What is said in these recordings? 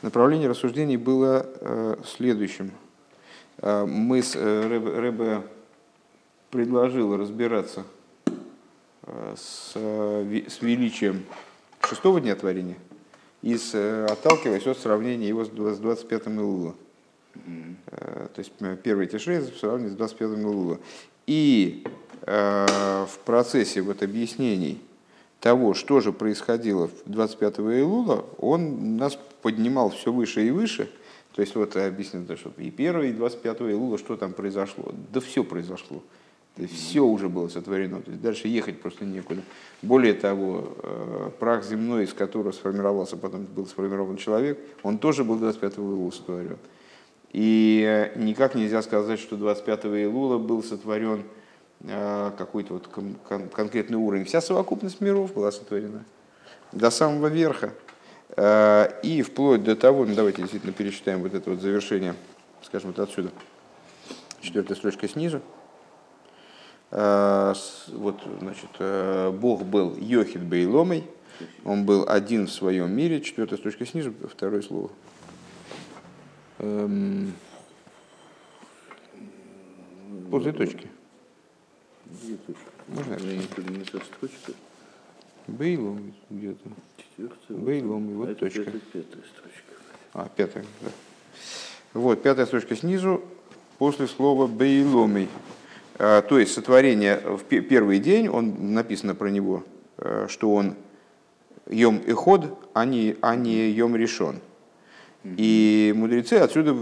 Направление рассуждений было следующим. Ребе предложил разбираться с величием шестого дня творения, отталкиваясь от сравнения его с 25-м Илула. То есть первый Тишрей в сравнении с 25-м Илула. И в процессе объяснений того, что же происходило в 25-го Илула, он нас поднимал все выше и выше. То есть объяснил, что и 1 и 25 Илула, что там произошло. Да все произошло. Все уже было сотворено. То есть дальше ехать просто некуда. Более того, прах земной, из которого сформировался, потом был сформирован человек, он тоже был 25-го Илула сотворен. И никак нельзя сказать, что 25-го Илула был сотворен какой-то конкретный уровень. Вся совокупность миров была сотворена до самого верха. И вплоть до того, давайте действительно пересчитаем это завершение, скажем, отсюда, 4-я строчка снизу. Бог был Йохид Бейломой, он был один в своем мире, 4-я строчка снизу, второе слово. После точки. Где точка? Можно не строчка. Бейломой где-то. Бейломой, вот точка. Это 5-я строчка. 5-я, да. 5-я строчка снизу, после слова Бейломой. То есть сотворение в первый день, написано про него, что он Йом Эход, а не Йом Ришон. И мудрецы отсюда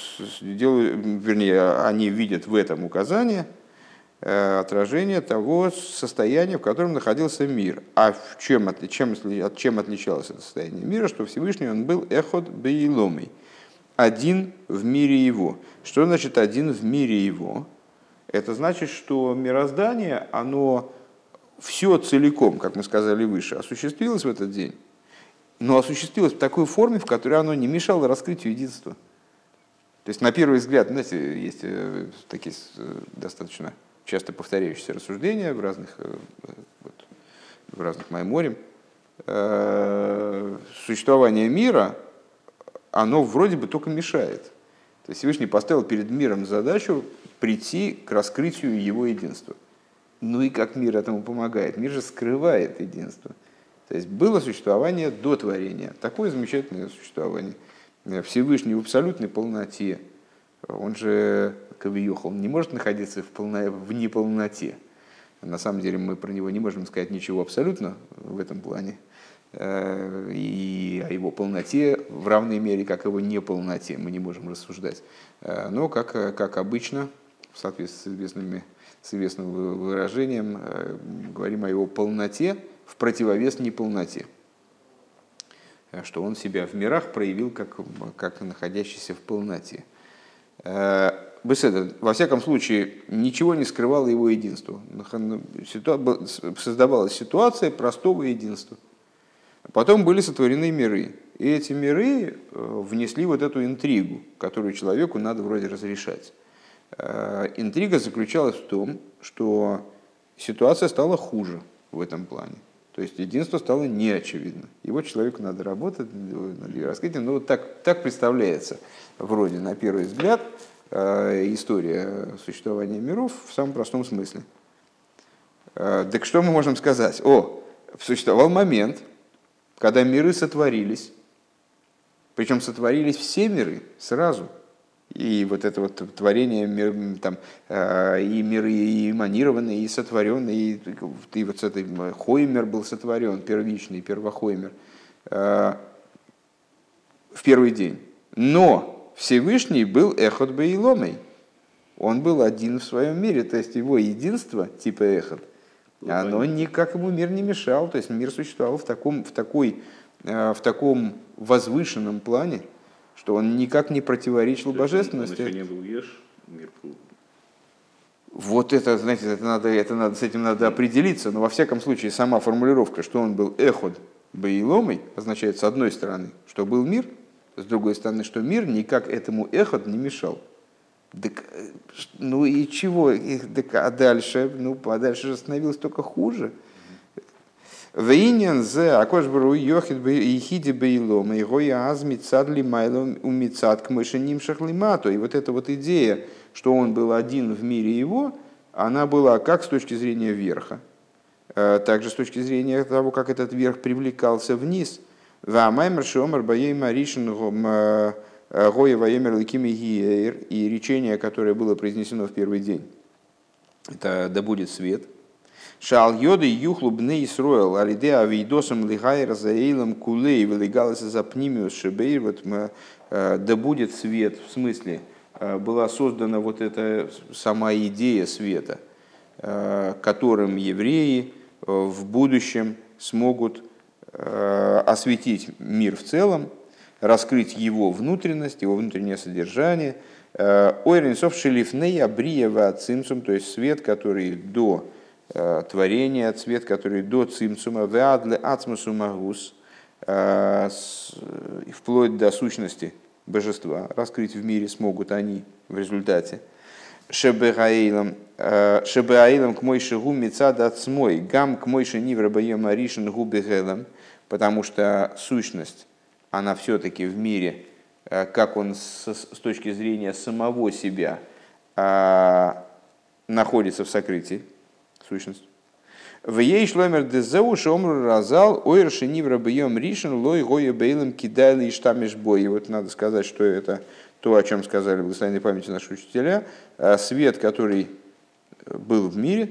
они видят в этом указание отражение того состояния, в котором находился мир. А чем отличалось это состояние мира? Что Всевышний он был Эход Бейломой, один в мире его. Что значит один в мире его? Это значит, что мироздание, оно все целиком, как мы сказали выше, осуществилось в этот день, но осуществилось в такой форме, в которой оно не мешало раскрытию единства. То есть, на первый взгляд, знаете, есть такие достаточно часто повторяющиеся рассуждения в разных майморим. Существование мира, оно вроде бы только мешает. То есть Всевышний поставил перед миром задачу прийти к раскрытию его единства. Ну и как мир этому помогает? Мир же скрывает единство. То есть было существование до творения. Такое замечательное существование. Всевышний в абсолютной полноте. Он же, Кавиохал, не может находиться в неполноте. На самом деле мы про него не можем сказать ничего абсолютно в этом плане. И о его полноте в равной мере, как о его неполноте, мы не можем рассуждать. Но, как обычно, в соответствии с известным выражением, говорим о его полноте в противовес неполноте. Что он себя в мирах проявил как находящийся в полноте. Во всяком случае, ничего не скрывало его единство. Создавалась ситуация простого единства. Потом были сотворены миры. И эти миры внесли эту интригу, которую человеку надо вроде разрешать. Интрига заключалась в том, что ситуация стала хуже в этом плане. То есть единство стало неочевидно. Его человеку надо работать, надо ее раскрыть. Но так представляется, вроде на первый взгляд, история существования миров в самом простом смысле. Так что мы можем сказать? Существовал момент, когда миры сотворились, причем сотворились все миры сразу. И это творение, и миры и эманированные, и сотворенные, и с этой Хоймер был сотворен, первичный, первохоймер, в первый день. Но Всевышний был Эход Бейломой. Он был один в своем мире, то есть его единство, типа Эход, оно никак ему мир не мешал. То есть мир существовал в таком возвышенном плане, что он никак не противоречил божественности. Он еще не был Еш, мир был. С этим надо определиться. Но во всяком случае, сама формулировка, что он был Эход Бейломой, означает, с одной стороны, что был мир, с другой стороны, что мир никак этому Эход не мешал. И чего? А дальше? А дальше же становилось только хуже. Вейнен зе акошбру йохид ехиди бейлом и гоя аз мицад лимайлом у мицад к мышеним шахлимату. И вот эта вот идея, что он был один в мире его, она была как с точки зрения верха, также с точки зрения того, как этот верх привлекался вниз. Вамаймер шомар баей маришин гоя ваемер ликими гиер, и речение, которое было произнесено в первый день, это «да будет свет». Шал йоды юхлу бны Исроэл, алиде авидосом лихайр заэйлом кулей вылегалась за пнимиус шебейр, вот да будет свет, в смысле, была создана вот эта сама идея света, которым евреи в будущем смогут осветить мир в целом, раскрыть его внутренность, его внутреннее содержание. Ойренсов шелифней абриева цимсум, то есть свет, который до творения, цвет, который до цимцума, веадле ацмусу магус, вплоть до сущности божества, раскрыть в мире смогут они в результате. Шебеаилам к мойше гу мецад ацмой, гам к мойше нивра баем аришен гу бегелам, потому что сущность, она все-таки в мире, как он с точки зрения самого себя находится в сокрытии, сущность. В ей шломер дезеу шомру разал ойрши нивра бьем ришен лой гоя бейлем кидайли и штамеш бой. И вот надо сказать, что это то, о чем сказали в благословенной памяти наши учителя. Свет, который был в мире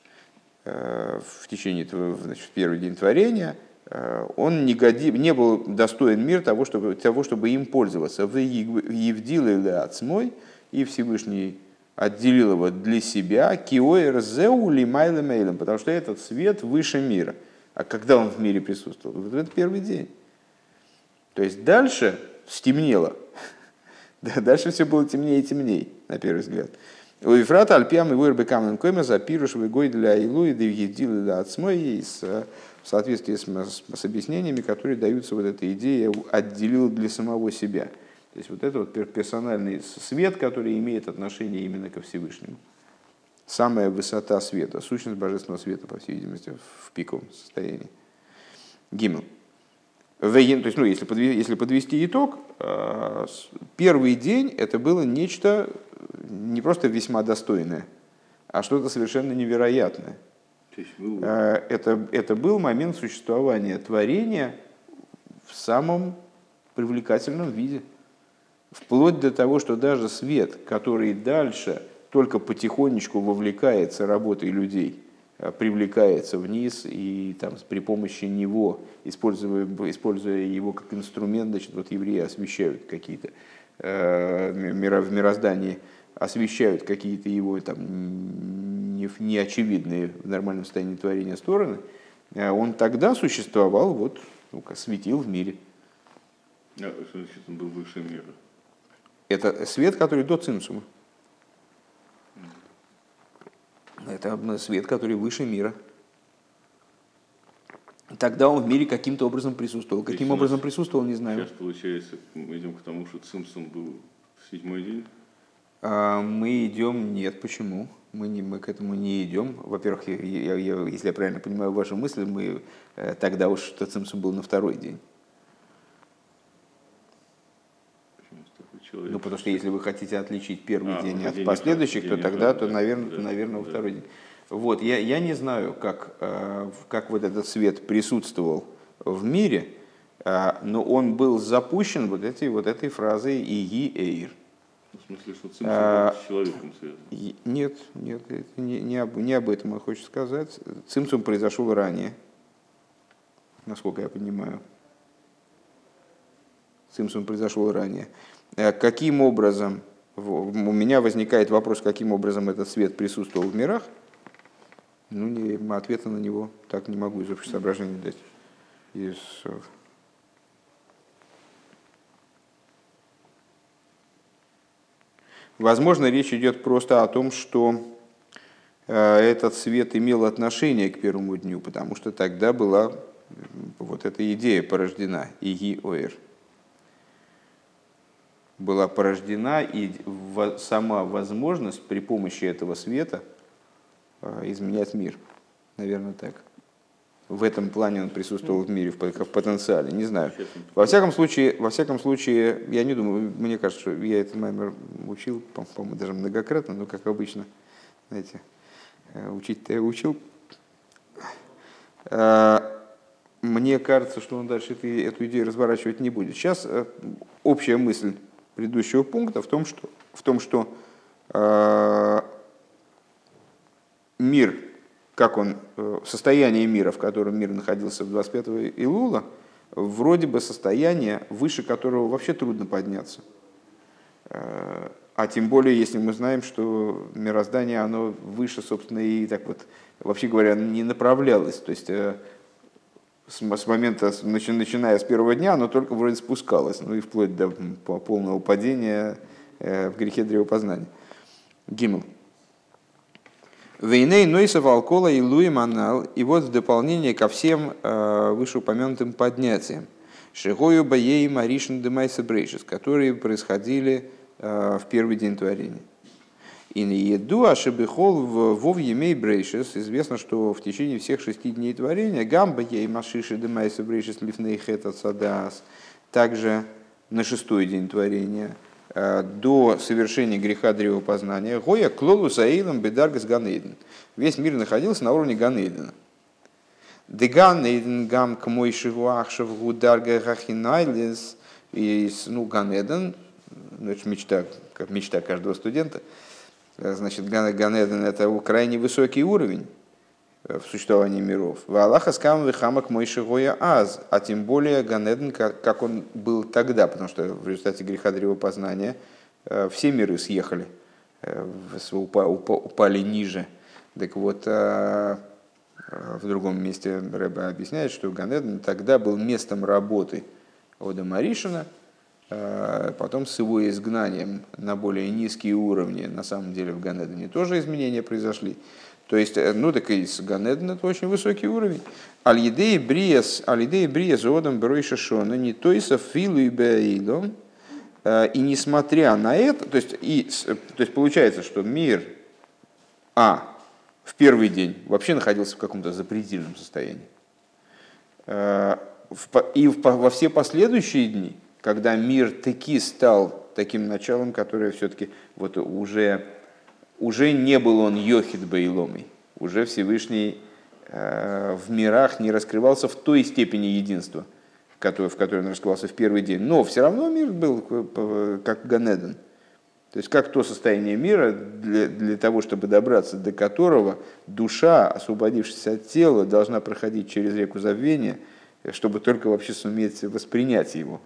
в течение в первый день творения, он не был достоин мира того, чтобы им пользоваться. В Евдиле Ацмой, и Всевышний отделил его для себя, киоэр зеу лимайле мейлем, потому что этот свет выше мира. А когда он в мире присутствовал? Вот в этот первый день. То есть дальше стемнело. Дальше все было темнее и темнее, на первый взгляд. У Ефрата Альпиам и Вуэрбе Камнен Койма запируш выгой для Илу и Девьедил для Ацмой в соответствии с объяснениями, которые даются вот этой идее отделил для самого себя. То есть вот это вот персональный свет, который имеет отношение именно ко Всевышнему. Самая высота света, сущность божественного света, по всей видимости, в пиковом состоянии. Гимн. То есть, если подвести итог, первый день это было нечто не просто весьма достойное, а что-то совершенно невероятное. Это был момент существования творения в самом привлекательном виде. Вплоть до того, что даже свет, который дальше только потихонечку вовлекается работой людей, привлекается вниз и там, при помощи него, используя его как инструмент, значит, вот евреи освещают какие-то в мироздании, освещают какие-то его там, неочевидные в нормальном состоянии творения стороны, он тогда существовал, вот, светил в мире. Что значит, он был выше мира? Это свет, который до цимсума. Это свет, который выше мира. Тогда он в мире каким-то образом присутствовал. Каким образом присутствовал, не знаю. Сейчас, получается, мы идем к тому, что цимсум был в 7-й день? Мы идем... Нет, почему? Мы к этому не идем. Во-первых, если я правильно понимаю ваши мысли, мы тогда уж что цимсум был на 2-й день. Потому что если вы хотите отличить первый день от последующих, то тогда, наверное, во 2-й день. Вот, я не знаю, как вот этот свет присутствовал в мире, но он был запущен вот этой фразой «Иги эйр». В смысле, что цимсум с человеком связан? Нет, это не об этом он хочет сказать. Цимсум произошел ранее, насколько я понимаю. Цимсум произошел ранее. Каким образом, у меня возникает вопрос, каким образом этот свет присутствовал в мирах, ответа на него так не могу из общих соображений дать. Возможно, речь идет просто о том, что этот свет имел отношение к первому дню, потому что тогда была вот эта идея порождена, Иги Оэр. Была порождена и сама возможность при помощи этого света изменять мир. Наверное, так. в этом плане он присутствовал в мире, в потенциале, не знаю. Во всяком случае, я не думаю, мне кажется, что я этот маймер учил, по-моему, даже многократно, но, как обычно, знаете, учить-то я учил. Мне кажется, что он дальше эту идею разворачивать не будет. Сейчас общая мысль предыдущего пункта в том, что мир, как он, состояние мира, в котором мир находился в 25-го Илула, вроде бы состояние, выше которого вообще трудно подняться. А тем более, если мы знаем, что мироздание, оно выше, собственно, и так вот, вообще говоря, не направлялось. То есть с момента, начиная с первого дня, оно только вроде спускалось, ну и вплоть до полного падения в грехе древопознания. Гимл. Вейней нойса волкола и луи манал. И вот в дополнение ко всем вышеупомянутым поднятиям. Шигою баей маришн демайса брейшис, которые происходили в первый день творения. И на еду ашебихол вов емей брейшис. Известно, что в течение всех 6 дней творения гамба ей машиши демайса брейшис лифней хета садас. Также на 6-й день творения, до совершения греха древопознания, гоя клолу саилом бедаргас ганейден. Весь мир находился на уровне Ганейдена. Деганейден гам к мой шивуахшев гударга гахинайлес. И Ганейден, это мечта, как мечта каждого студента. Значит, Ганеден — это крайне высокий уровень в существовании миров. Валаха скам вихамак мой шигоя аз, а тем более Ганеден, как он был тогда, потому что в результате греха древопознания все миры съехали, упали ниже. Так вот, в другом месте Рэбе объясняет, что Ганеден тогда был местом работы Ода Маришина. Потом с его изгнанием на более низкие уровни, на самом деле в Ганедене тоже изменения произошли. То есть, так и с Ганеден это очень высокий уровень. Аль-Едей Бриес Одам Бройша Шона, не тойса филу и беилом. И несмотря на это, то есть получается, что мир в первый день вообще находился в каком-то запредельном состоянии. И во все последующие дни, когда мир таки стал таким началом, которое все-таки вот уже не был он Йохид Бейломой, уже Всевышний в мирах не раскрывался в той степени единства, в которой он раскрывался в первый день. Но все равно мир был как Ганеден. То есть как то состояние мира, для того, чтобы добраться до которого душа, освободившись от тела, должна проходить через реку забвения, чтобы только вообще суметь воспринять его.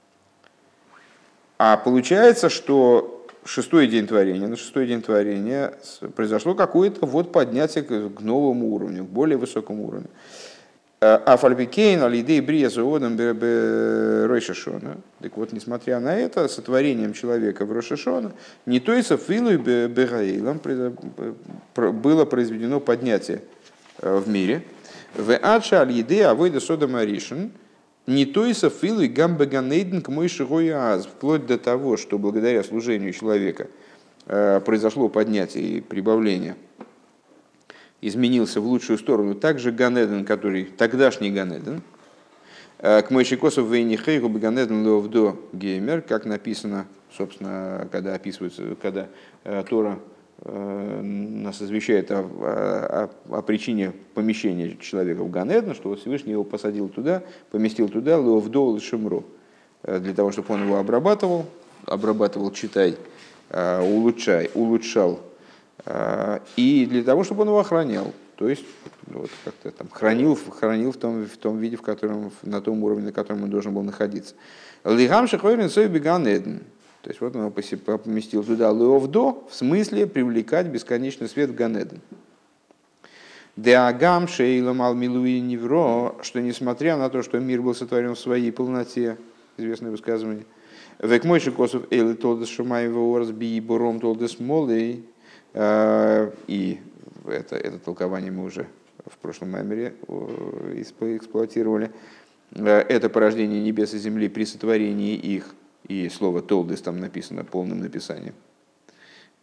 А получается, что на 6-й день творения произошло какое-то поднятие к новому уровню, к более высокому уровню. А фальбикейн алидей брия зоодам Рош ха-Шана. Так вот, несмотря на это, сотворением человека в Рош ха-Шана не тойса филу и бегаилом было произведено поднятие в мире. В адша алидей авойда содам аришн. Не тойса филу и гамбе ганейден к мой шигоя аз. Вплоть до того, что благодаря служению человека произошло поднятие и прибавление, изменился в лучшую сторону. Также Ганеден, который тогдашний Ганеден, к Мойшикосов Вейнихейгу Ганеден Леовдо Геймер, как написано, собственно, когда описывается, когда Тора нас извещает о причине помещения человека в Ганеден, что Всевышний его посадил туда, поместил туда Леовдо Лешемро, для того, чтобы он его обрабатывал, читай, улучшал, и для того, чтобы он его охранял. То есть как-то там хранил в том виде, на том уровне, на котором он должен был находиться. Лигам шехойрен сой беганеден. То есть он его поместил туда леовдо, в смысле привлекать бесконечный свет в Ганеден. Деагам шейлом алмилуи невро, что несмотря на то, что мир был сотворен в своей полноте, известное высказывание, векмойши косов эйлы толдес шумаева орс би бором толдес молей. И это толкование мы уже в прошлом маймере эксплуатировали. Это порождение небес и земли при сотворении их. И слово «толдес» там написано полным написанием.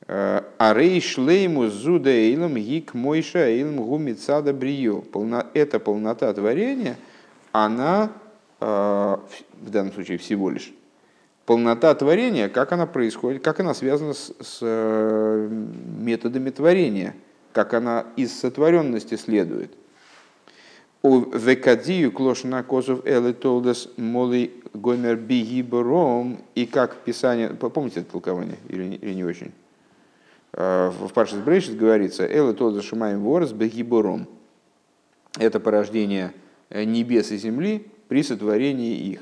Арей шлейму зуда эйлом гик мойша эйлом гумицада брио. Эта полнота творения, она в данном случае всего лишь полнота творения, как она происходит, как она связана с методами творения, как она из сотворенности следует. У векадию клошна козов эле толдес моли гомер бигибором, и как Писание, помните это толкование или не очень? В Паршас Брейшис говорится эле толдес шумаем ворос бигибором. Это порождение небес и земли при сотворении их.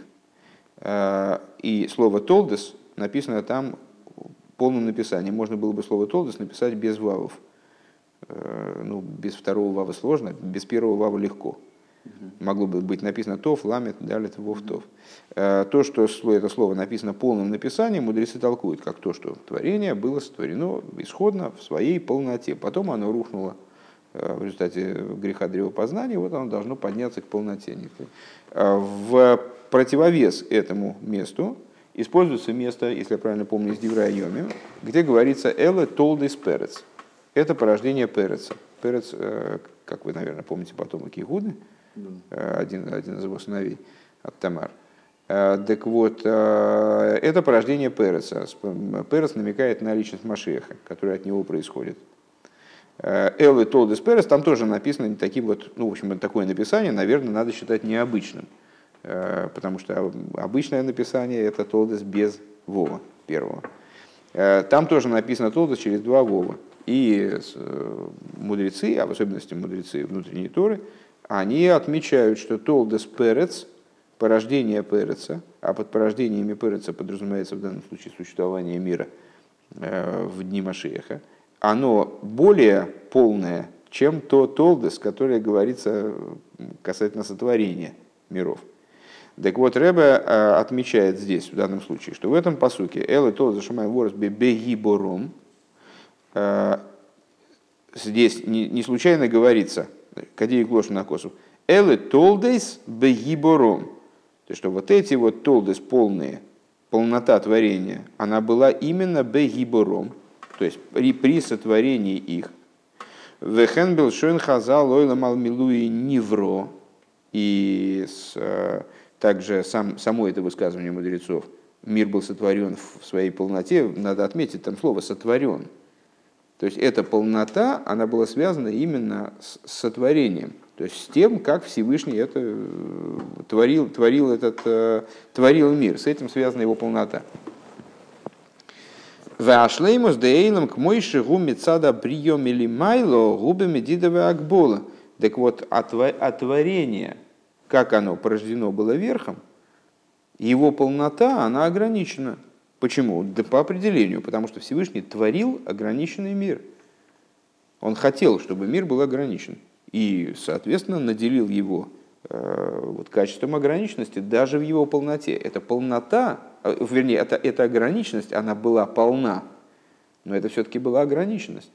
И слово «толдес» написано там полным написанием. Можно было бы слово «толдес» написать без вавов. Ну, без второго вава сложно, без первого вава легко. Могло бы быть написано «тов», «ламет», «далит», «вов», «тов». То, что это слово написано полным написанием, мудрецы толкуют, как то, что творение было сотворено исходно в своей полноте. Потом оно рухнуло в результате греха древопознания, вот оно должно подняться к полноте. В противовес этому месту используется место, если я правильно помню, из Диврей Айоми, где говорится «эле толдес перец». Это порождение Переца. Перец, как вы, наверное, помните, потомок Игуды, один из его сыновей от Тамар. Так вот, это порождение Переца. Перец намекает на личность Машиаха, которая от него происходит. Эле толдес перец, там тоже написано таким вот, ну, в общем, такое написание, наверное, надо считать необычным. Потому что обычное написание это толдес без вова первого. Там тоже написано толдес через два вова. И мудрецы, а в особенности мудрецы внутренней Торы, они отмечают, что толдес перец, порождение переца, а под порождениями переца подразумевается в данном случае существование мира в дни Машиаха, оно более полное, чем то толдес, которое говорится касательно сотворения миров. Так вот, Ребе отмечает здесь, в данном случае, что в этом пасуке «Эле толдес шумаем ворос бегибором», здесь не случайно говорится, «Кадей глошу на косу», «Эле толдес бегибором», то есть, что вот эти вот толдес полные, полнота творения, она была именно бегибором, то есть при сотворении их. «Вехен бил шоин хазал ойлам ал милуи нивро», и также само это высказывание мудрецов, мир был сотворен в своей полноте, надо отметить там слово «сотворен». То есть эта полнота, она была связана именно с сотворением, то есть с тем, как Всевышний это творил мир, с этим связана его полнота. «Ваашлеймус деэйлам к мойши гуми цада прием или майло губами дидове акбола». Так вот, творение, как оно порождено было верхом, его полнота, она ограничена. Почему? Да по определению, потому что Всевышний творил ограниченный мир. Он хотел, чтобы мир был ограничен. И, соответственно, наделил его качеством ограниченности даже в его полноте. Эта полнота, вернее, эта ограниченность, она была полна, но это все-таки была ограниченность.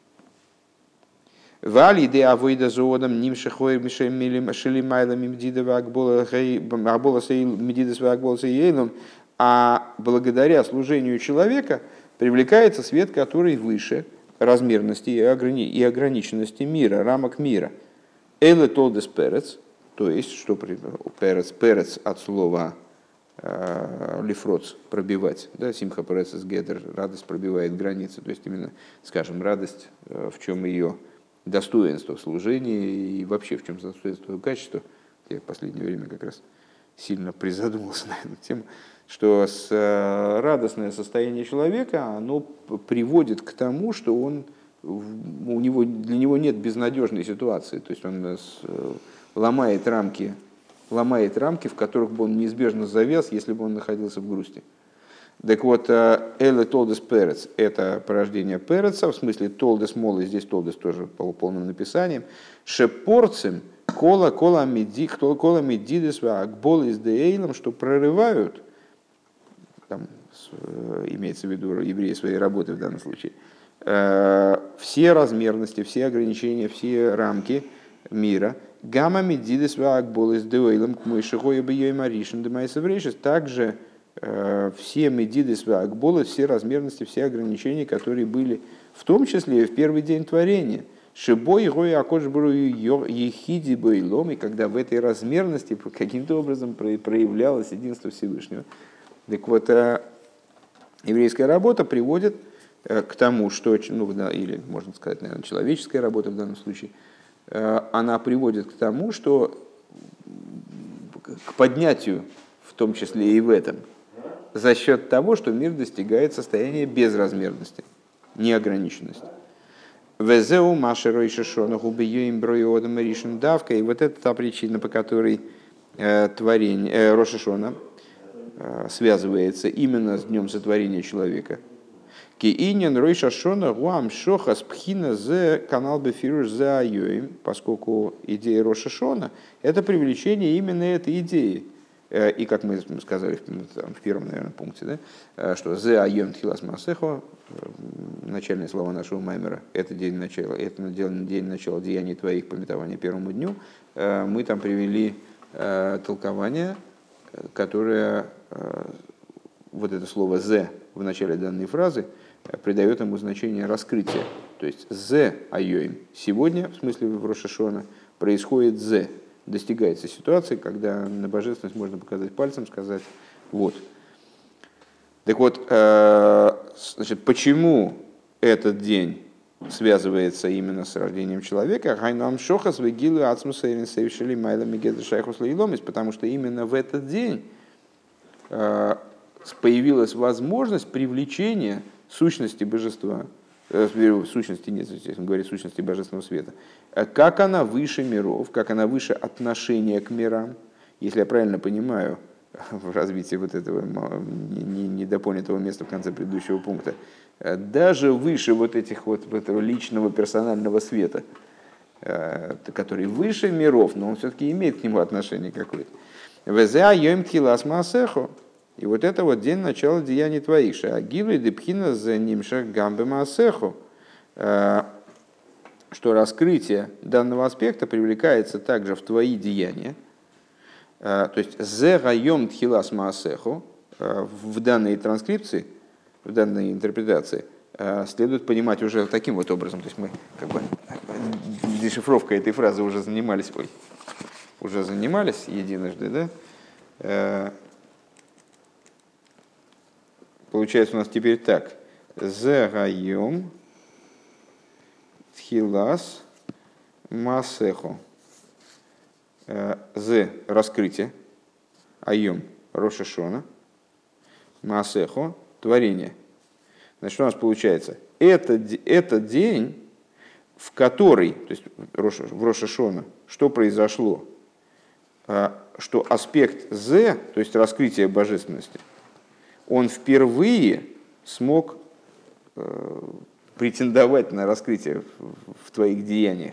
Вали де авойда зоодам нимшехой мишем милим шелимайлам мидидова акбола сейл мидидова акбола сейлом, а благодаря служению человека привлекается свет, который выше размерности и ограниченности мира, рамок мира. Эле толдес перец, то есть что перец от слова лифроц пробивать, да, симха перец гедер, радость пробивает границы, то есть именно, скажем, радость, в чем ее достоинство в служении и вообще в чем достоинство и качество. Я в последнее время как раз сильно призадумался на эту тему, что радостное состояние человека, оно приводит к тому, что для него нет безнадежной ситуации, то есть он ломает рамки, в которых бы он неизбежно завяз, если бы он находился в грусти. Так вот, эле толдес перец – это порождение переца, в смысле толдес молы, здесь толдес тоже по полным написаниям, шепорцем кола медидес акбол из деэйлом, что прорывают, там имеется в виду евреи своей работы в данном случае, все размерности, все ограничения, все рамки мира, гамма медидес акбол из деэйлом к мойшихой бьей маришин демайсеврейшис, также все медиды свагболы, все размерности, все ограничения, которые были, в том числе и в первый день творения. Шибой гой акошбру ехиди бойлом, и когда в этой размерности каким-то образом проявлялось единство Всевышнего. Так вот, еврейская работа приводит к тому, что, ну, или можно сказать, наверное, человеческая работа в данном случае, она приводит к тому, что к поднятию, в том числе и в этом, за счет того, что мир достигает состояния безразмерности, неограниченности. Везеу машерой шишона губиюим броиодом ришен давка. И вот это та причина, по которой творение Рош ха-Шана связывается именно с днем сотворения человека. Киинен Рош ха-Шана гуам шохас пхина зе канал бефируш за айоим, поскольку идея Рош ха-Шана — это привлечение именно этой идеи. И как мы сказали в первом, наверное, пункте, да, что «зе айом тхилас маасехо», начальные слова нашего маймера, это день начала, это день начала деяний твоих, памятования первому дню, мы там привели толкование, которое вот это слово «зе» в начале данной фразы придает ему значение раскрытия. То есть «зе айом» сегодня, в смысле в Рош ха-Шана, происходит «зе». Достигается ситуация, когда на божественность можно показать пальцем, сказать «вот». Так вот, значит, почему этот день связывается именно с рождением человека? Потому что именно в этот день появилась возможность привлечения сущности божества, сущности, нет, здесь он говорит сущности божественного света, как она выше миров, как она выше отношения к мирам. Если я правильно понимаю, в развитии вот этого недопонятого места в конце предыдущего пункта, даже выше вот этого личного персонального света, который выше миров, но он все-таки имеет к нему отношение какое-то. «Везеа йом тхилас маасехо». И вот это вот день начала деяний твоих. Шаагилу депхина за нимшах гамбе маасехо. Что раскрытие данного аспекта привлекается также в твои деяния. То есть зе гайом тхилас маасехо в данной транскрипции, в данной интерпретации следует понимать уже таким вот образом. То есть мы как бы дешифровкой этой фразы уже занимались единожды, да? Получается у нас теперь так. Зе гайом тхилас маасехо. Зе – раскрытие. Айом – Рош ха-Шана. Маасехо – творение. Значит, что у нас получается? Это день, в который, то есть в Рош ха-Шана, что произошло? Что аспект Зе, то есть раскрытие божественности, он впервые смог претендовать на раскрытие в твоих деяниях.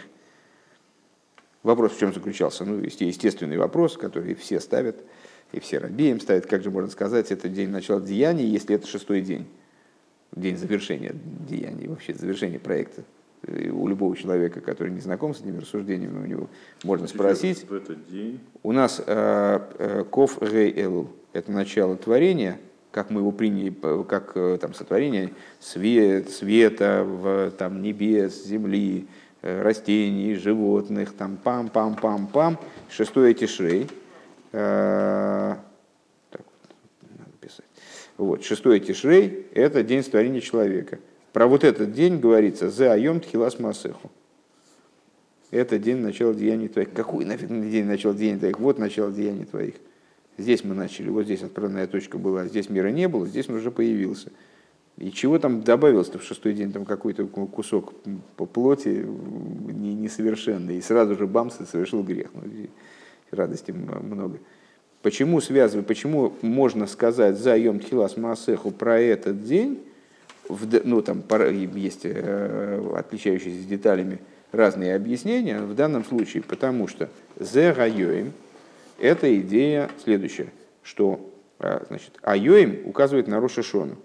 Вопрос в чем заключался? Ну, естественный вопрос, который все ставят, и все рабеем ставят. Как же можно сказать, это день начала деяний, если это шестой день? День завершения деяний, вообще завершения проекта. И у любого человека, который не знаком с этими рассуждениями, у него можно спросить. В этот день У нас Ков Гей Элул – это начало творения, как мы его приняли, как там, сотворение света, там, небес, земли, растений, животных, там, пам-пам-пам-пам, шестое Тишрей. Так, надо писать. Вот, шестое Тишрей – это день сотворения человека. Про вот этот день говорится «Зе айом тхилас маасехо». Это день начала деяний твоих. Какой нафиг день начала деяний твоих? Вот начало деяний твоих. Здесь мы начали, вот здесь отправная точка была, здесь мира не было, здесь он уже появился. И чего там добавилось-то в шестой день? Там какой-то кусок по плоти несовершенный. И сразу же бамс и совершил грех. Ну, радости много. Почему связывать, почему можно сказать «За йом тхилас маасеху» про этот день? Ну, там есть отличающиеся деталями разные объяснения. В данном случае, потому что «Зе гайоим» — это идея следующая, что значит, айоим указывает на Рош ха-Шану.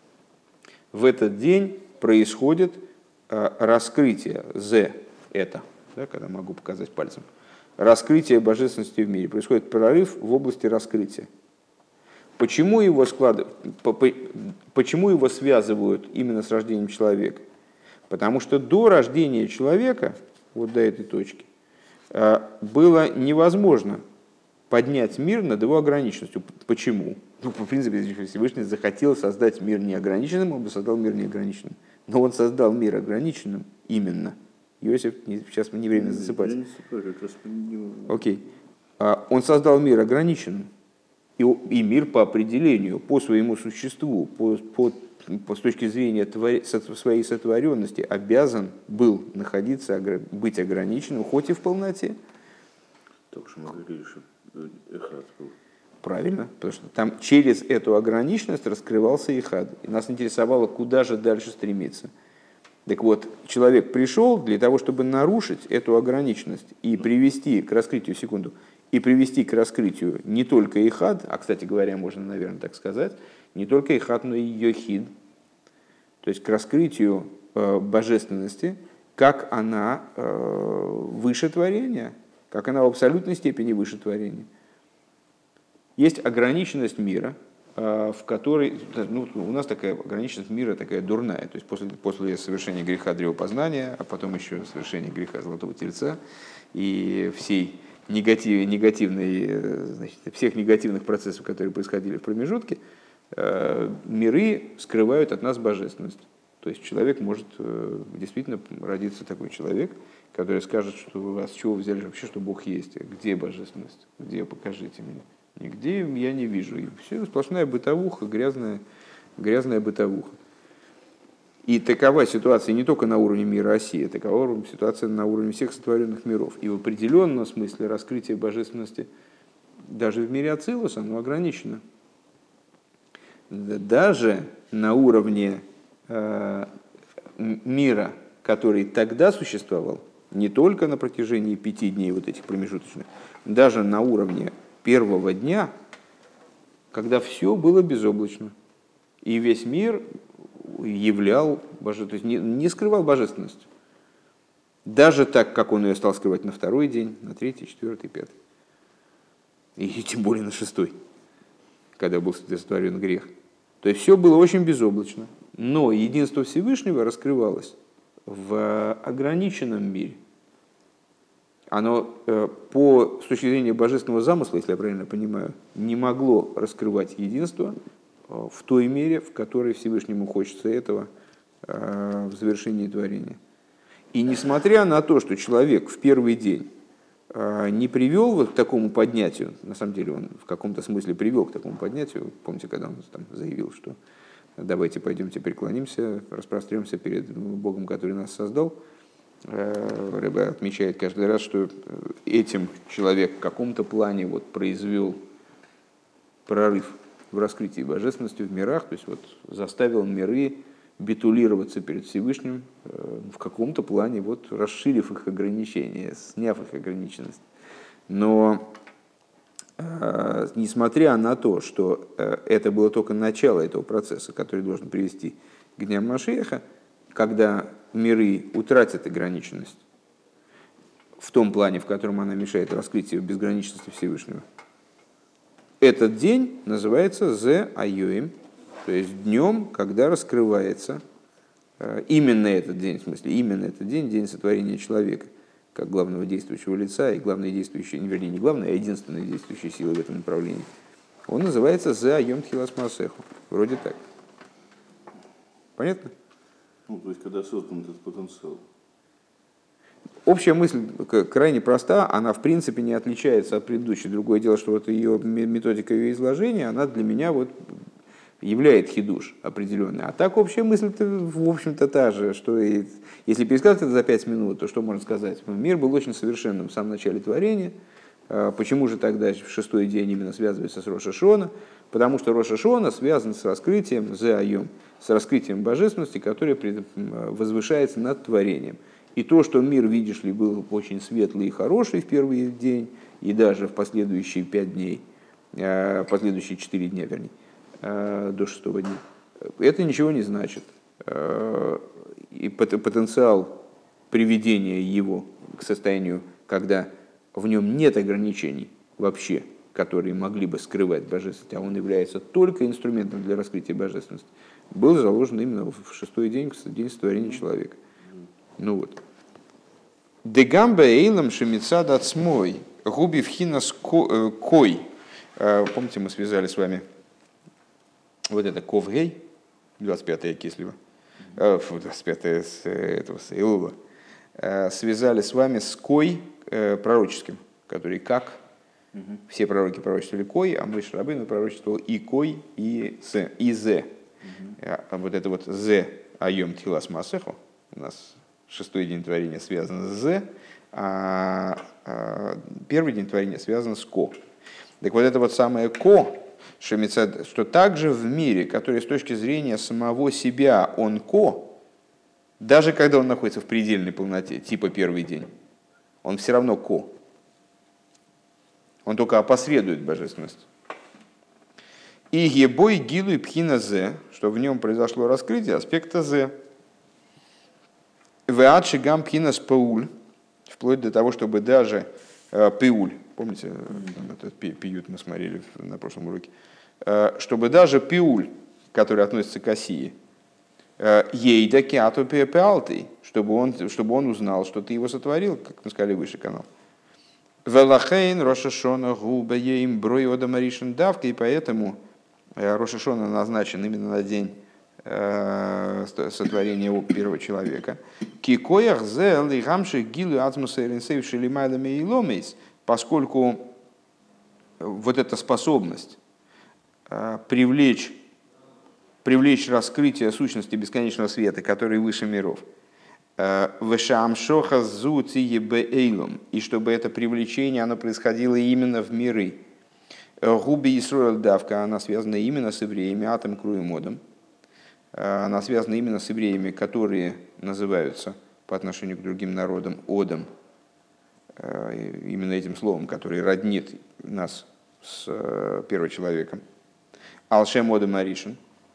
В этот день происходит раскрытие «зе» — это, да, когда могу показать пальцем, раскрытие божественности в мире. Происходит прорыв в области раскрытия. Почему его почему его связывают именно с рождением человека? Потому что до рождения человека, вот до этой точки, было невозможно поднять мир над его ограниченностью. Почему? Ну, в принципе, если Всевышний захотел создать мир неограниченным, он бы создал мир неограниченным. Но он создал мир ограниченным именно. Иосиф, сейчас не время засыпать. Окей. Он создал мир ограниченным. И мир по определению, по своему существу, с точки зрения своей сотворенности, обязан был быть ограниченным, хоть и в полноте. Только что мы говорили, что эхад был. Правильно, потому что там через эту ограниченность раскрывался эхад. И нас интересовало, куда же дальше стремиться. Так вот, человек пришел для того, чтобы нарушить эту ограниченность и привести к раскрытию, не только ихад, а, кстати говоря, можно, наверное, так сказать, не только ихад, но и йохид, то есть к раскрытию божественности, как она выше творения, как она в абсолютной степени выше творения. Есть ограниченность мира, в которой, у нас такая ограниченность мира такая дурная, то есть после совершения греха древопознания, а потом еще совершения греха Золотого Тельца и всех негативных процессов, которые происходили в промежутке, миры скрывают от нас божественность. То есть человек может действительно родиться такой человек, который скажет, что с чего вы взяли вообще, что Бог есть, где божественность, где, покажите мне. Нигде я не вижу. И все сплошная бытовуха, грязная бытовуха. И такова ситуация не только на уровне мира России, такова ситуация на уровне всех сотворенных миров. И в определенном смысле раскрытие божественности даже в мире Ацилус, оно ограничено. Даже на уровне мира, который тогда существовал, не только на протяжении 5 дней вот этих промежуточных, даже на уровне первого дня, когда все было безоблачно, и весь мир являл божественность, то есть не скрывал божественность. Даже так, как он ее стал скрывать на второй день, на третий, четвертый, пятый. И тем более на 6-й, когда был сотворен грех. То есть все было очень безоблачно. Но единство Всевышнего раскрывалось в ограниченном мире. Оно с точки зрения божественного замысла, если я правильно понимаю, не могло раскрывать единство в той мере, в которой Всевышнему хочется этого в завершении творения. И несмотря на то, что человек в первый день не привел вот к такому поднятию, на самом деле он в каком-то смысле привел к такому поднятию, помните, когда он там заявил, что давайте пойдемте преклонимся, распростремся перед Богом, который нас создал, Рэбе отмечает каждый раз, что этим человек в каком-то плане произвел прорыв в раскрытии божественности в мирах, то есть заставил миры битулироваться перед Всевышним, в каком-то плане расширив их ограничения, сняв их ограниченность. Но несмотря на то, что это было только начало этого процесса, который должен привести к дням Машиаха, когда миры утратят ограниченность в том плане, в котором она мешает раскрытию безграничности Всевышнего, этот день называется «Зе Айоим», то есть днем, когда раскрывается именно этот день, день сотворения человека, как главного действующего лица и главной действующей, вернее, не главной, а единственной действующей силы в этом направлении. Он называется «Зе Айом Тхилас Маасеху». Вроде так. Понятно? То есть, когда создан этот потенциал. Общая мысль крайне проста, она в принципе не отличается от предыдущей. Другое дело, что ее методика ее изложения, она для меня являет хидуш определенный. А так общая мысль-то, в общем-то, та же, что если пересказать это за 5 минут, то что можно сказать? Мир был очень совершенным в самом начале творения. Почему же тогда в 6-й день именно связывается с Рош ха-Шана? Потому что Рош ха-Шана связан с раскрытием Зе Айом, с раскрытием божественности, которая возвышается над творением. И то, что мир, видишь ли, был очень светлый и хороший в первый день, и даже в последующие 5 дней, последующие 4 дня, вернее, до 6-го дня, это ничего не значит. И потенциал приведения его к состоянию, когда в нем нет ограничений вообще, которые могли бы скрывать божественность, а он является только инструментом для раскрытия божественности, был заложен именно в шестой день, день сотворения человека. Ну вот. Дегамбе эйлам шемица дацмой губи вхинас кой. Помните, мы связали с вами вот это ковгей, 25-е Кислева, 25-е с этого с Илула, связали с вами с кой пророческим, который как все пророки пророчествовали кой, а Моше Рабейну пророчествовал и кой, и зе. Вот это вот зе айом тилас масехо, у нас шестой день творения связан с зе, а первый день творения связан с ко. Так вот это вот самое ко, что также в мире, который с точки зрения самого себя он ко, даже когда он находится в предельной полноте, типа первый день, он все равно ко. Он только опосредует божественность. И ебой гилу и пхина зе, что в нем произошло раскрытие аспекта зе. Веадши гам пхина спауль, вплоть до того, чтобы даже пиуль, помните, этот пиют мы смотрели на прошлом уроке, чтобы даже пиуль, который относится к осии, ейда киату пиалтый, чтобы он узнал, что ты его сотворил, как мы сказали выше канал. Велахейн Рошашона губа ейм брой ода маришин давка, и поэтому Рошашона назначен именно на день сотворения первого человека. Кикоях зел и гамших гилу ацмуса иринсейв шелимайлами и ломейс, поскольку вот эта способность привлечь раскрытие сущности бесконечного света, который выше миров, и чтобы это привлечение оно происходило именно в миры. Губи Исроэль давка, она связана именно с евреями, атом круем одом. Она связана именно с евреями, которые называются по отношению к другим народам одом, именно этим словом, который роднит нас с первочеловеком. Алшем одом аришин.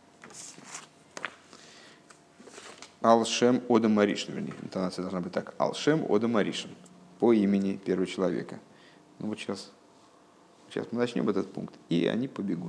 Алшем Одам Аришин, вернее, интонация должна быть так. Алшем Одам Аришин, по имени первого человека. Ну вот сейчас мы начнем этот пункт, и они побегут.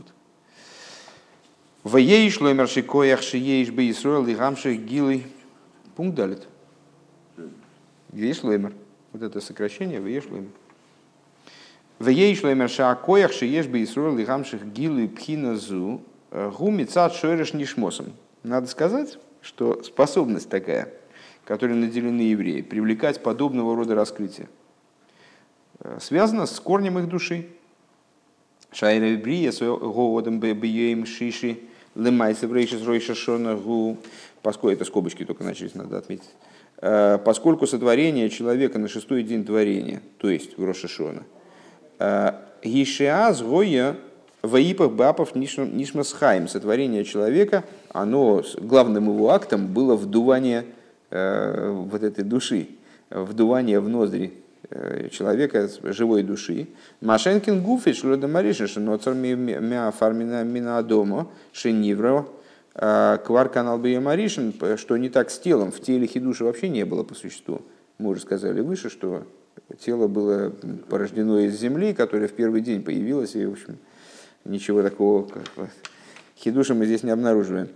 Ваеиш лоймер шикоях шиеиш бы Исроэл и гамших гилы. Пункт далит. Ваеиш лоймер. Вот это сокращение ваеиш лоймер. Ваеиш лоймер шаакоях шиеиш бы Исроэл и гамших гилы пхиназу гуми цад шойреш нишмосом. Надо сказать, что способность такая, которой наделены евреи, привлекать подобного рода раскрытия, связана с корнем их души. Шайра брия гоодом бэбием шиши лемайсев рейшис ройша шона гу, поскольку это скобочки только начались, надо отметить, поскольку сотворение человека на шестой день творения, то есть в Рош ха-Шана, гишеаз гоя Ваипах Бапов Нишмасхайм, сотворение человека, оно главным его актом было вдувание вот этой души, вдувание в ноздри человека, живой души. Машенкин Гуфиш, Лодомаришин, Шиноцар Мяфармина Минадомо, Шинивро, Квар Канал Биямаришин, что не так с телом, в теле хидуши вообще не было по существу. Мы уже сказали выше, что тело было порождено из земли, которая в первый день появилась, и, в общем, ничего такого хидуша мы здесь не обнаруживаем.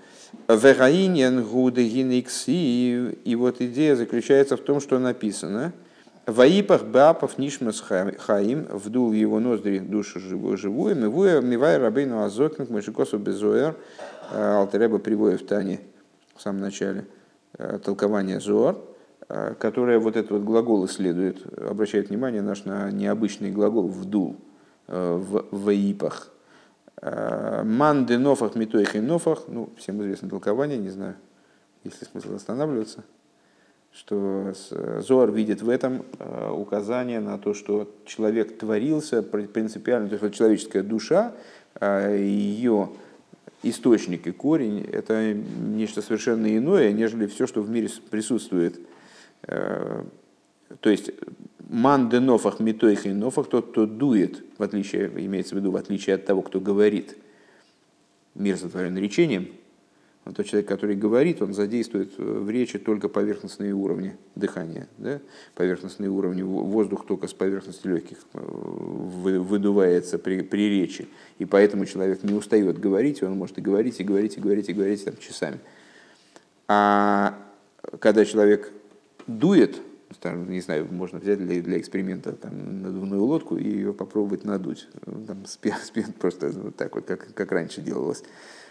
И вот идея заключается в том, что написано: «Ваипах баапов нишмас хаим, вдул его ноздри душу живую, мивай рабейну азокинг мышикосу безоэр». Алтер-Ребе приводит в Тане в самом начале толкование Зоар, которое вот этот вот глагол исследует, обращает внимание наш на необычный глагол «вдул» в «ваипах». «Ман де нофах митоих и нофах», ну, всем известно толкование, не знаю, есть ли смысл останавливаться, что Зоар видит в этом указание на то, что человек творился принципиально, то есть вот человеческая душа, ее источник и корень – это нечто совершенно иное, нежели все, что в мире присутствует. То есть ман де нофах митоих и нофах, тот, кто дует, в отличие, имеется в виду, в отличие от того, кто говорит, мир сотворен речением, Тот человек, который говорит, он задействует в речи только поверхностные уровни дыхания. Да? Поверхностные уровни, воздух только с поверхности легких выдувается при речи. И поэтому человек не устает говорить, он может и говорить, и говорить, и говорить, и говорить там, часами. А когда человек дует, не знаю, можно взять для эксперимента там, надувную лодку и ее попробовать надуть. Там, просто вот так вот, как раньше делалось.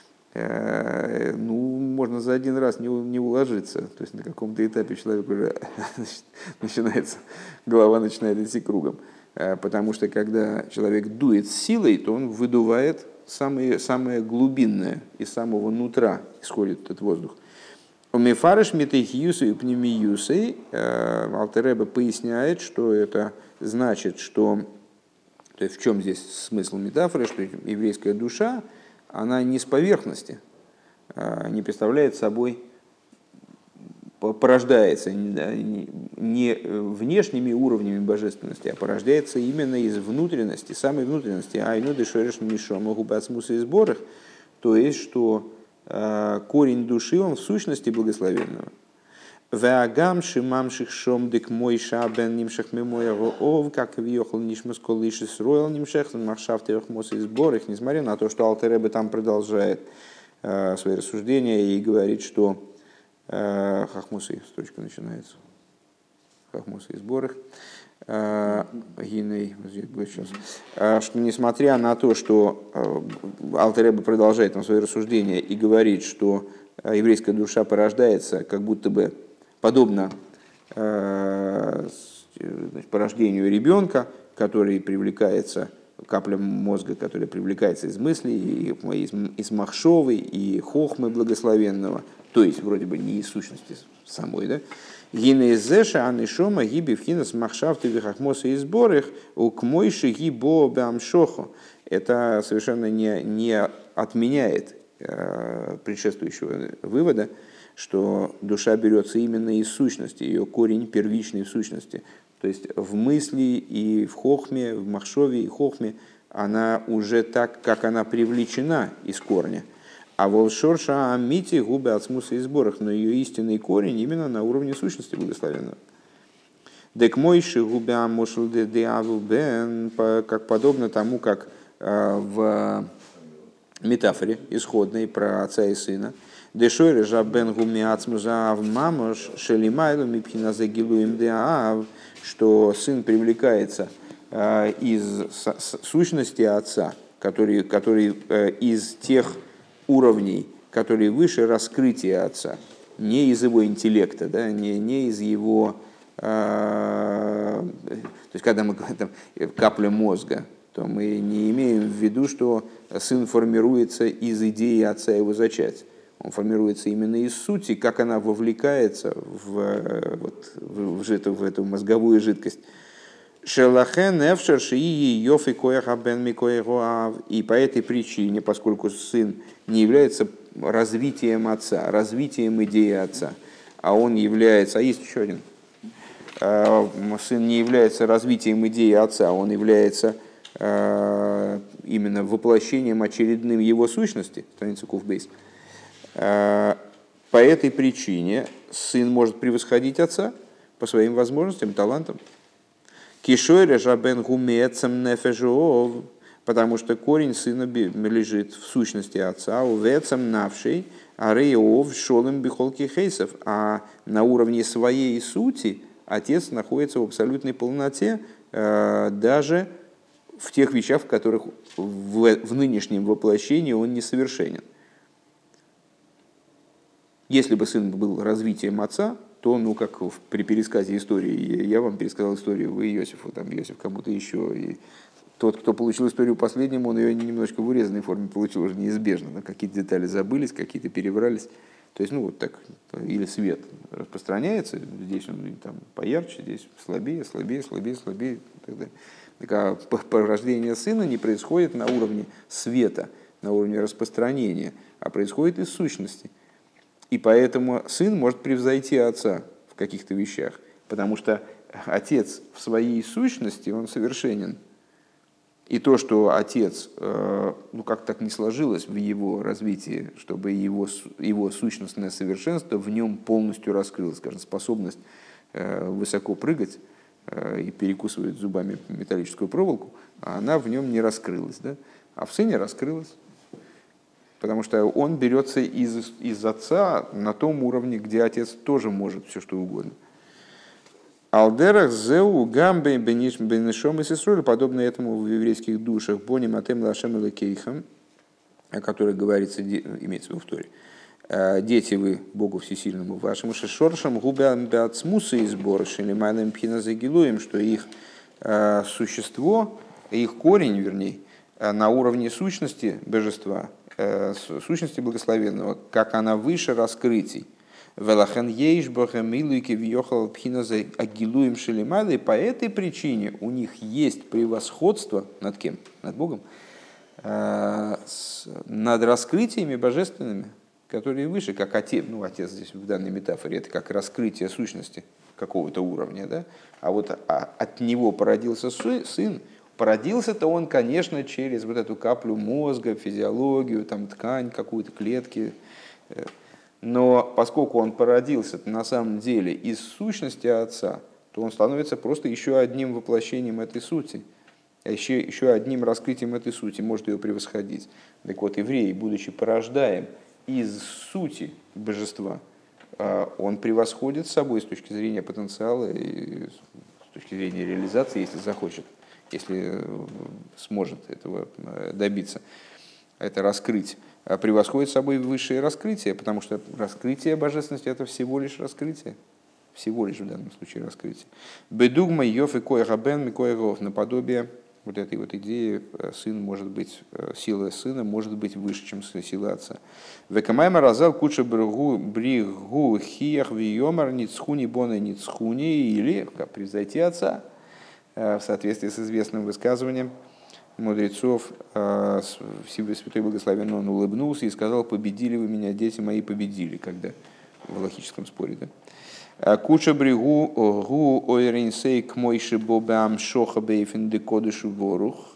Можно за один раз не уложиться. То есть на каком-то этапе человек уже голова начинает идти кругом. Потому что когда человек дует с силой, то он выдувает самое глубинное, из самого нутра исходит этот воздух. У Мефареш Митейхиюсы и Пнемиюсы Алтер Ребе поясняет, что это значит, что... То есть в чем здесь смысл метафоры, что еврейская душа, она не с поверхности, не представляет собой, порождается не внешними уровнями божественности, а порождается именно из внутренности, самой внутренности. Айну дешереш мишо могу бацмуса и сборах, то есть, что корень души, он в сущности благословенного. Веагам шимамших шомдик мой шабен нимшах мемоего ов, как въехал нишмас колыши сроил нимшах махшафтевых мос и сборах, несмотря на то, что Алтер Ребе там продолжает свои рассуждения и говорит, что хахмусы, строчка начинается, хахмусы и сборах, гиней, будет сейчас, что несмотря на то, что Алтер Ребе продолжает там свои рассуждения и говорит, что еврейская душа порождается как будто бы подобно порождению ребенка, который привлекается, капля мозга, которая привлекается из мыслей, из махшовы и хохмы благословенного, то есть вроде бы не из сущности самой, да? Гинезеша анишома гибивхинас махшавты вихахмоса и сборах укмойши гибо бамшохо. Это совершенно не отменяет предшествующего вывода, что душа берется именно из сущности, ее корень первичный в сущности. То есть в мысли и в хохме, в махшове и хохме она уже так, как она привлечена из корня. А волшорша амити губы от смуса и сборах, но ее истинный корень именно на уровне сущности благословенного. Дек мойши губы амошл де аву бен, как подобно тому, как в метафоре исходной про отца и сына. Дешойре жабен гуми ацмузаав мамош шелимайлу мипхина загилуем деав, что сын привлекается из сущности отца, который из тех уровней, которые выше раскрытия отца, не из его интеллекта, да, не из его... То есть, когда мы говорим там, капля мозга, то мы не имеем в виду, что сын формируется из идеи отца его зачать. Он формируется именно из сути, как она вовлекается в эту мозговую жидкость. И по этой причине, поскольку сын не является развитием отца, развитием идеи отца, а он является... А есть еще один. Сын не является развитием идеи отца, он является именно воплощением очередным его сущности, страница Куфбейс. По этой причине сын может превосходить отца по своим возможностям, талантам. Кишойре жабен гумецем нефежов, потому что корень сына лежит в сущности отца, увецем навшей, ареев шолем бихолки хейсов, а на уровне своей сути отец находится в абсолютной полноте, даже в тех вещах, в которых в нынешнем воплощении он несовершенен. Если бы сын был развитием отца, то, как при пересказе истории, я вам пересказал историю, вы Иосифу, там Иосиф кому-то еще, и тот, кто получил историю последним, он ее немножко в урезанной форме получил уже неизбежно, но какие-то детали забылись, какие-то перебрались. То есть, вот так, или свет распространяется, здесь он там поярче, здесь слабее, слабее, слабее, слабее, и так далее. Так, а порождение сына не происходит на уровне света, на уровне распространения, а происходит из сущности. И поэтому сын может превзойти отца в каких-то вещах, потому что отец в своей сущности, он совершенен. И то, что отец, ну как так не сложилось в его развитии, чтобы его сущностное совершенство в нем полностью раскрылось, скажем, способность высоко прыгать и перекусывать зубами металлическую проволоку, она в нем не раскрылась. Да? А в сыне раскрылась. Потому что он берется из отца на том уровне, где отец тоже может все, что угодно. Алдерах зеу гамбе бенешом и сесроль, подобно этому в еврейских душах, боним атем лашем и кейхам, о которых говорится, имеется в виду в Торе. Дети вы Богу Всесильному вашему, шешоршам губям беацмуса и сбор шелемайлем пхина загилуем, что их существо, их корень, вернее, на уровне сущности божества, сущности благословенного, как она выше раскрытий. Велахен ейш бахамилуйки въехал пхиназа агилуем шелемайлы, и по этой причине у них есть превосходство над кем? Над Богом, над раскрытиями божественными, которые выше, как отец, ну отец здесь в данной метафоре, это как раскрытие сущности какого-то уровня, да? А вот от него породился сын. Породился-то он, конечно, через вот эту каплю мозга, физиологию, там, ткань, какую-то клетки. Но поскольку он породился на самом деле из сущности отца, то он становится просто еще одним воплощением этой сути, еще одним раскрытием этой сути, может ее превосходить. Так вот, еврей, будучи порождаем из сути божества, он превосходит собой с точки зрения потенциала и с точки зрения реализации, если захочет, если сможет этого добиться, это раскрыть, превосходит собой высшее раскрытие, потому что раскрытие божественности – это всего лишь раскрытие, всего лишь в данном случае раскрытие. Бедугма йоф и коя габен ми коя гов, наподобие вот этой вот идеи, сын может быть, сила сына может быть выше, чем сила отца. Векамайма разал куча бригу хиях виомар ницхуни бона ницхуни, или как превзойти отца, в соответствии с известным высказыванием мудрецов, Святой Благословенный он улыбнулся и сказал: победили вы меня, дети мои, победили, когда в логическом споре, да. Куча бригу гу ойринсей к мойши бобам шоха бейфен декодышу ворух.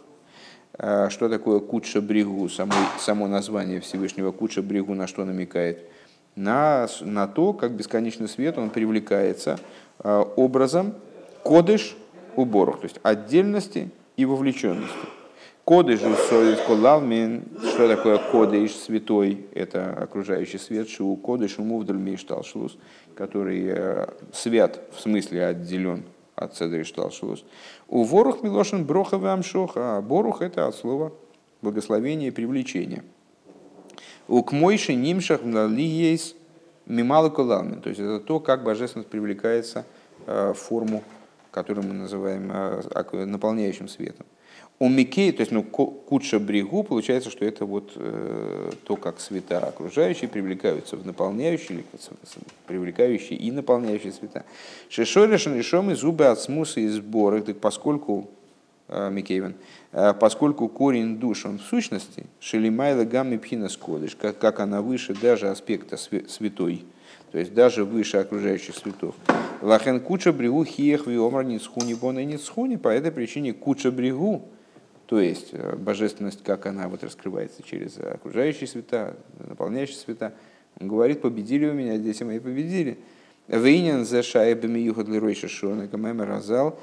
Что такое куча бригу? Само название Всевышнего куча бригу на что намекает? На то, как бесконечный свет он привлекается образом кодыш уборух, то есть отдельности и вовлеченности. Кодыш соис колалмин, что такое кодыш, святой, это окружающий свет, шоу кодыш умувдаль мейшталшлус, который свят, в смысле отделен от седри шталшлус. У ворух милошин броховый амшох, а борух это от слова благословение и привлечение. У кмойши нимшах млалиейс мималы колалмин, то есть это то, как божественность привлекается в форму, которую мы называем наполняющим светом. У Микей, то есть куча брегу, получается, что это вот то, как света окружающие привлекаются в наполняющие, или привлекающие и наполняющие света. Шешорешен решом и зубы от смуса и сбора, так поскольку Микейвен, поскольку корень душ, он в сущности, шелимайла гамми пхина скодыш, как она выше даже аспекта святой, то есть даже выше окружающих светов. Лахен куча брегу хиех виомар ницхуни бона ницхуни, по этой причине куча брегу, то есть божественность, как она вот раскрывается через окружающие света, наполняющие света, он говорит: победили у меня, дети мои, победили. Вейнен за шайбами юхадли ройша шона камэм разал.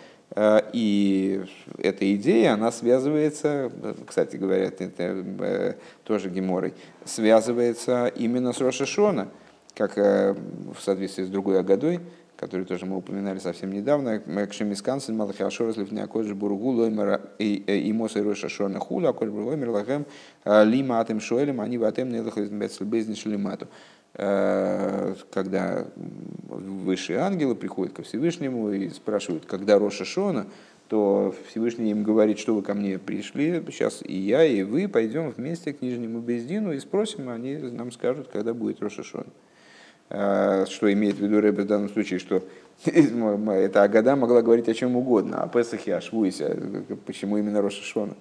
И эта идея, она связывается, кстати говоря, это тоже геморой, связывается именно с Рош ха-Шана, как в соответствии с другой Агадой, которую тоже мы упоминали совсем недавно. Кшемискансен малахиашор разливня кодж бургу лоймера и моса Рош ха-Шана хула кодж бургу лоймер лагем лима атем шоэлем они ватем недохлизм бецлбезни шлемату. Когда высшие ангелы приходят ко Всевышнему и спрашивают, когда Рош ха-Шана, то Всевышний им говорит: что вы ко мне пришли, сейчас и я, и вы пойдем вместе к Нижнему Бейздину и спросим, они нам скажут, когда будет Рош ха-Шана. Что имеет в виду Ребе в данном случае, что эта Агада могла говорить о чем угодно, о Песахе, о Швуисе, почему именно Рош ха-Шана.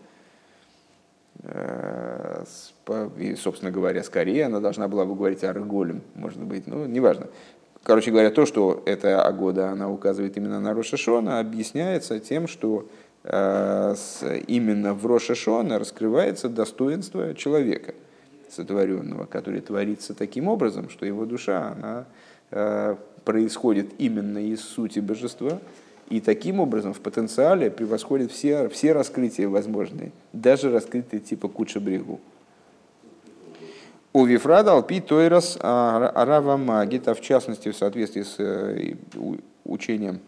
И, собственно говоря, скорее она должна была бы говорить о Реголем, может быть, ну, неважно. Короче говоря, то, что эта Агода, она указывает именно на Рош ха-Шана, объясняется тем, что именно в Рош ха-Шана раскрывается достоинство человека сотворенного, который творится таким образом, что его душа, она происходит именно из сути божества, и таким образом в потенциале превосходит все раскрытия возможные, даже раскрытия типа Кудша Бригу. У Вифрада Алпи Тойрас Арава Магит, а в частности в соответствии с учением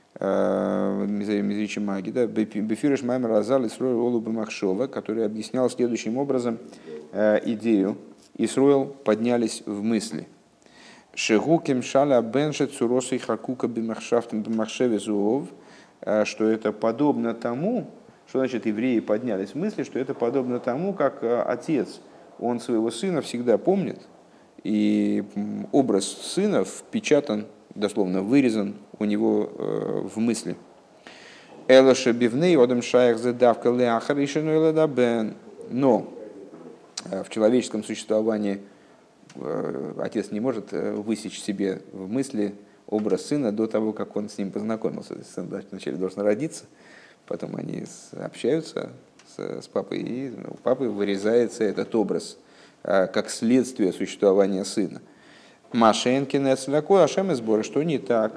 Мизричи Магида, Бефирыш Маймер Азал Исроил Олубы Махшова, который объяснял следующим образом идею: Исроил поднялись в мысли. Шегуким шаля бенше цуросы хакука бимахшафтом бимахшеве зуов, что это подобно тому, что значит евреи поднялись в мысли, что это подобно тому, как отец, он своего сына всегда помнит, и образ сына впечатан, дословно вырезан у него в мысли. Элоша бивней одам шаях задавка леахар ишену эледабен. Но в человеческом существовании отец не может высечь себе в мысли образ сына до того, как он с ним познакомился. Сын вначале должен родиться, потом они общаются с папой, и у папы вырезается этот образ как следствие существования сына. Машенкин Эцляко Ашем и сборы, что не так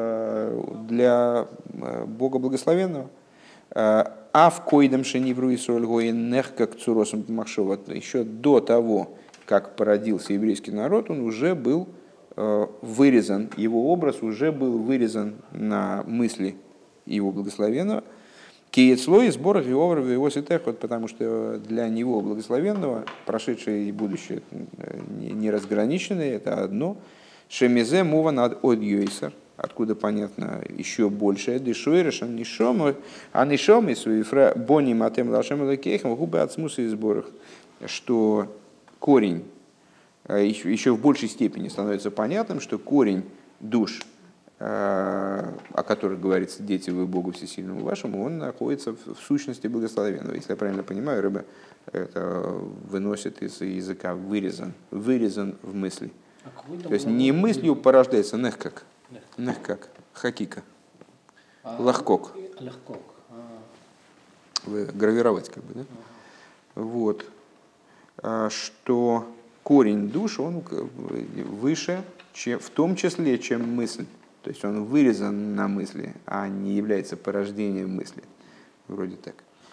для Бога благословенного. А в койдам шенивру и сольгоинех как цуросом махшова, еще до того, как породился еврейский народ, он уже был вырезан, его образ уже был вырезан на мысли его благословенного. Киецло и сборах и овров его святых, потому что для него благословенного прошедшее и будущее не разграничены, это одно. Шемизе мува над одьёйсер, откуда понятно еще большее. Дешойрешем нишом, а нишом и суифра бони матем лашем лекейхам губы от смуса и сборах, что корень еще в большей степени становится понятным, что корень душ, о которых говорится «дети вы Богу Всесильному вашему», он находится в сущности благословенного. Если я правильно понимаю, рыба это выносит из языка вырезан в мысли. То есть не мыслью порождается нехкак, хакика, лахкок. Гравировать как бы, да? Вот. Что корень душ, он выше, в том числе, чем мысль. То есть он вырезан на мысли, а не является порождением мысли. Вроде так.